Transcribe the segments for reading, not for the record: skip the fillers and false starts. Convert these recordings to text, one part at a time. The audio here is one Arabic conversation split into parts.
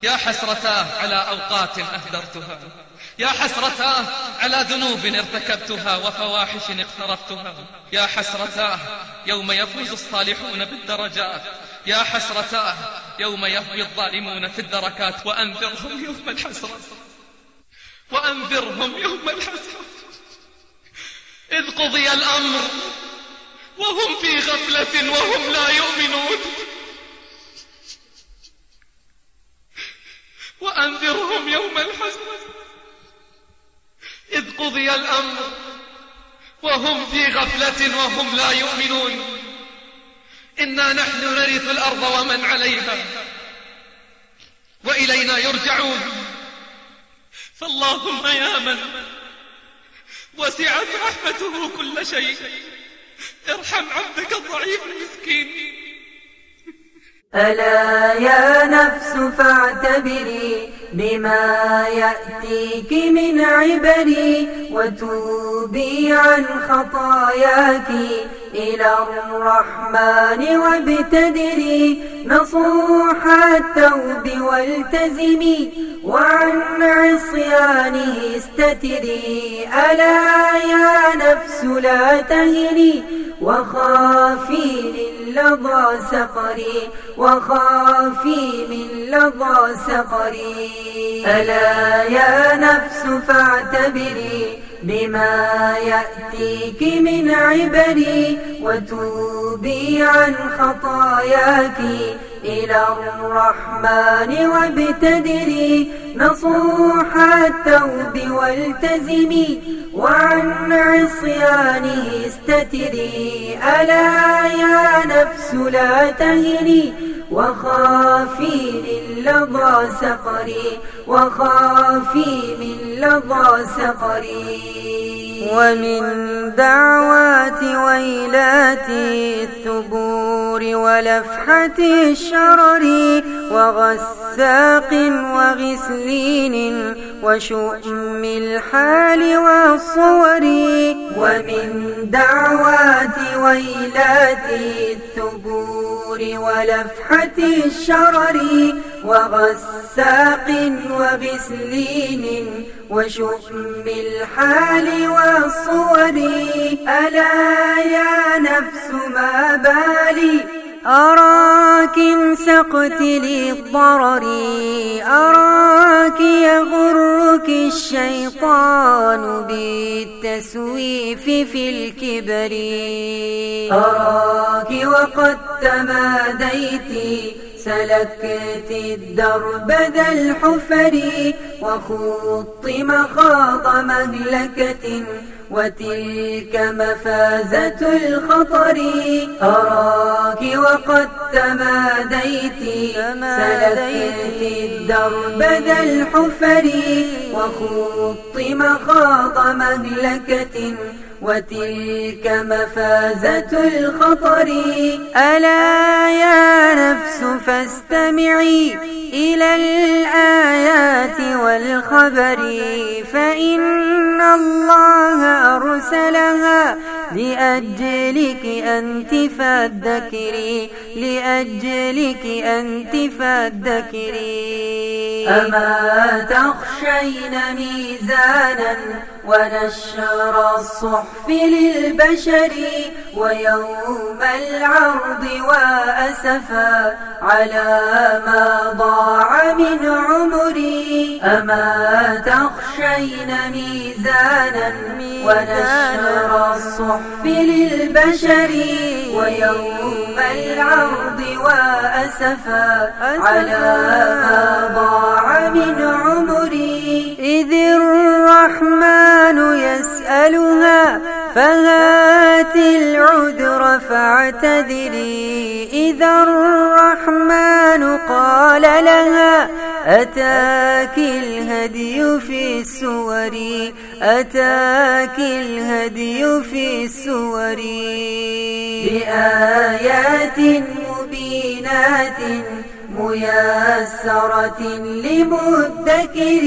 يا حسرتاه على أوقات أهدرتها، يا حسرتاه على ذنوب ارتكبتها وفواحش اقترفتها، يا حسرتاه يوم يفوز الصالحون بالدرجات، يا حسرتاه يوم يهوي الظالمون في الدركات. وأنذرهم يوم الحسرة، وأنذرهم يوم الحسرة إذ قضي الأمر وهم في غفلة وهم لا يؤمنون. وأنذرهم يوم الحسرة إذ قضي الأمر وهم في غفلة وهم لا يؤمنون. إنا نحن نرث الأرض ومن عليها وإلينا يرجعون. فاللهم يا من وسعت رحمته كل شيء، ارحم عبدك الضعيف المسكين. ألا يا نفس فاعتبري بما يأتيك من عبري، وتوبي عن خطاياك إلى الرحمن وابتدري نصوح التوب والتزمي، وعن عصيانه استتري. ألا يا نفس لا تهني وخافي من لظى سقري، وخافي من لظى سقري. ألا يا نفس فاعتبري بما يأتيك من عبري، وتوبي عن خطاياك إلى الرحمن وابتدري نصوح التوب والتزمي، وعن عصيانه استتري. ألا يا نفس لا تهني وخافي من لظى سقري، وخافي من لظى سقري. ومن دعوات ويلات الثبور ولفحة الشرر وغساق وغسلين وشؤم الحال والصور. ومن دعوات ويلات الثبور ولفحة الشرر وغساق وغسلين وشؤم الحال والصور. ألا يا نفس ما بالي أراك انسقت للضرر، أراك يغرك الشيطان بالتسويف في الكبر، أراك وقد تماديت سلكت الدرب ذا الحفر، وخضت مخاض مهلكة وتلك مفازة الخطر. أراك وقد تماديت سلكت الدرب ذا الحفر، وخضت مخاض مهلكة وتلك مفازة الخطر. ألا يا نفس فاستمعي إلى الآيات والخبر، فإن الله أرسلها لأجلك أنت فادكري، لأجلك أنت فادكري. أما تخشين ميزانا ونشر الصحف للبشر، ويوم العرض وأسفا على ما ضاع من عمري. أما تخشين ميزانا ونشر الصحف للبشر، ويوم العرض وأسفا على ما ضاع من عمري. إذ الرحمن يسألها فهات العذر فاعتذري، إذا الرحمن قال لها أتاك الهدي في السور، أتاك الهدي في السور. بآيات مبينات ميسرة لمدكر،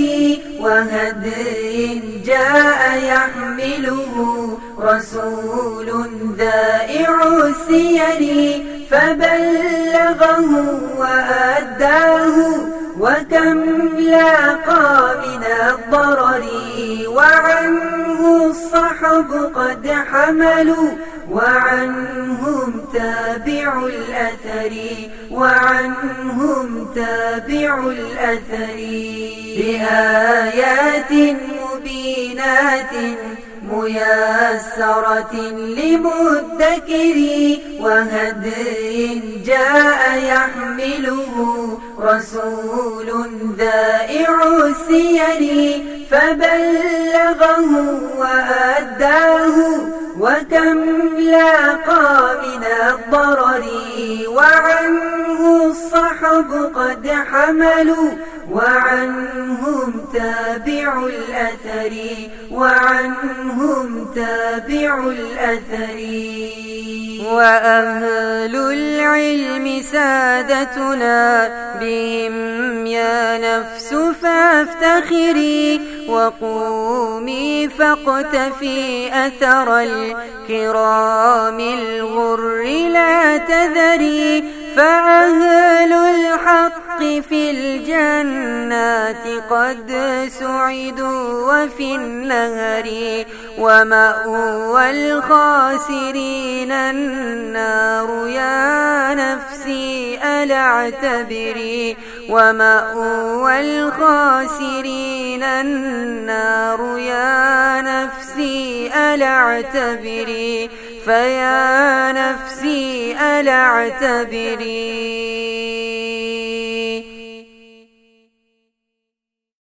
وهدي جاء يحمله رسول ذائع السير، فبلغه وأداه وكم لاقى من الضرر وعنه الصحب قد حملوا وعنهم تابع الأثر وعنهم تابع الأثر بآيات مبينات ميسرة لمدكر وهدي جاء يحمله رسول ذائع السير فبلغه وأداه وكم لاقى من الضرر وعنه الصحب قد حملوا وعنهم تابع الأثر وعنهم تابع الأثر وأهل العلم سادتنا بهم يا نفس فافتخري وقومي فاقتفي أثر الكرام الغر لا تذري فأهل الحق في الجنات قد سعدوا وفي النهر ومأوى الخاسرين النار يا نفسي ألا اعتبري ومأوى الخاسرين النار يا نفسي ألا اعتبري فيا نفسي ألا اعتبري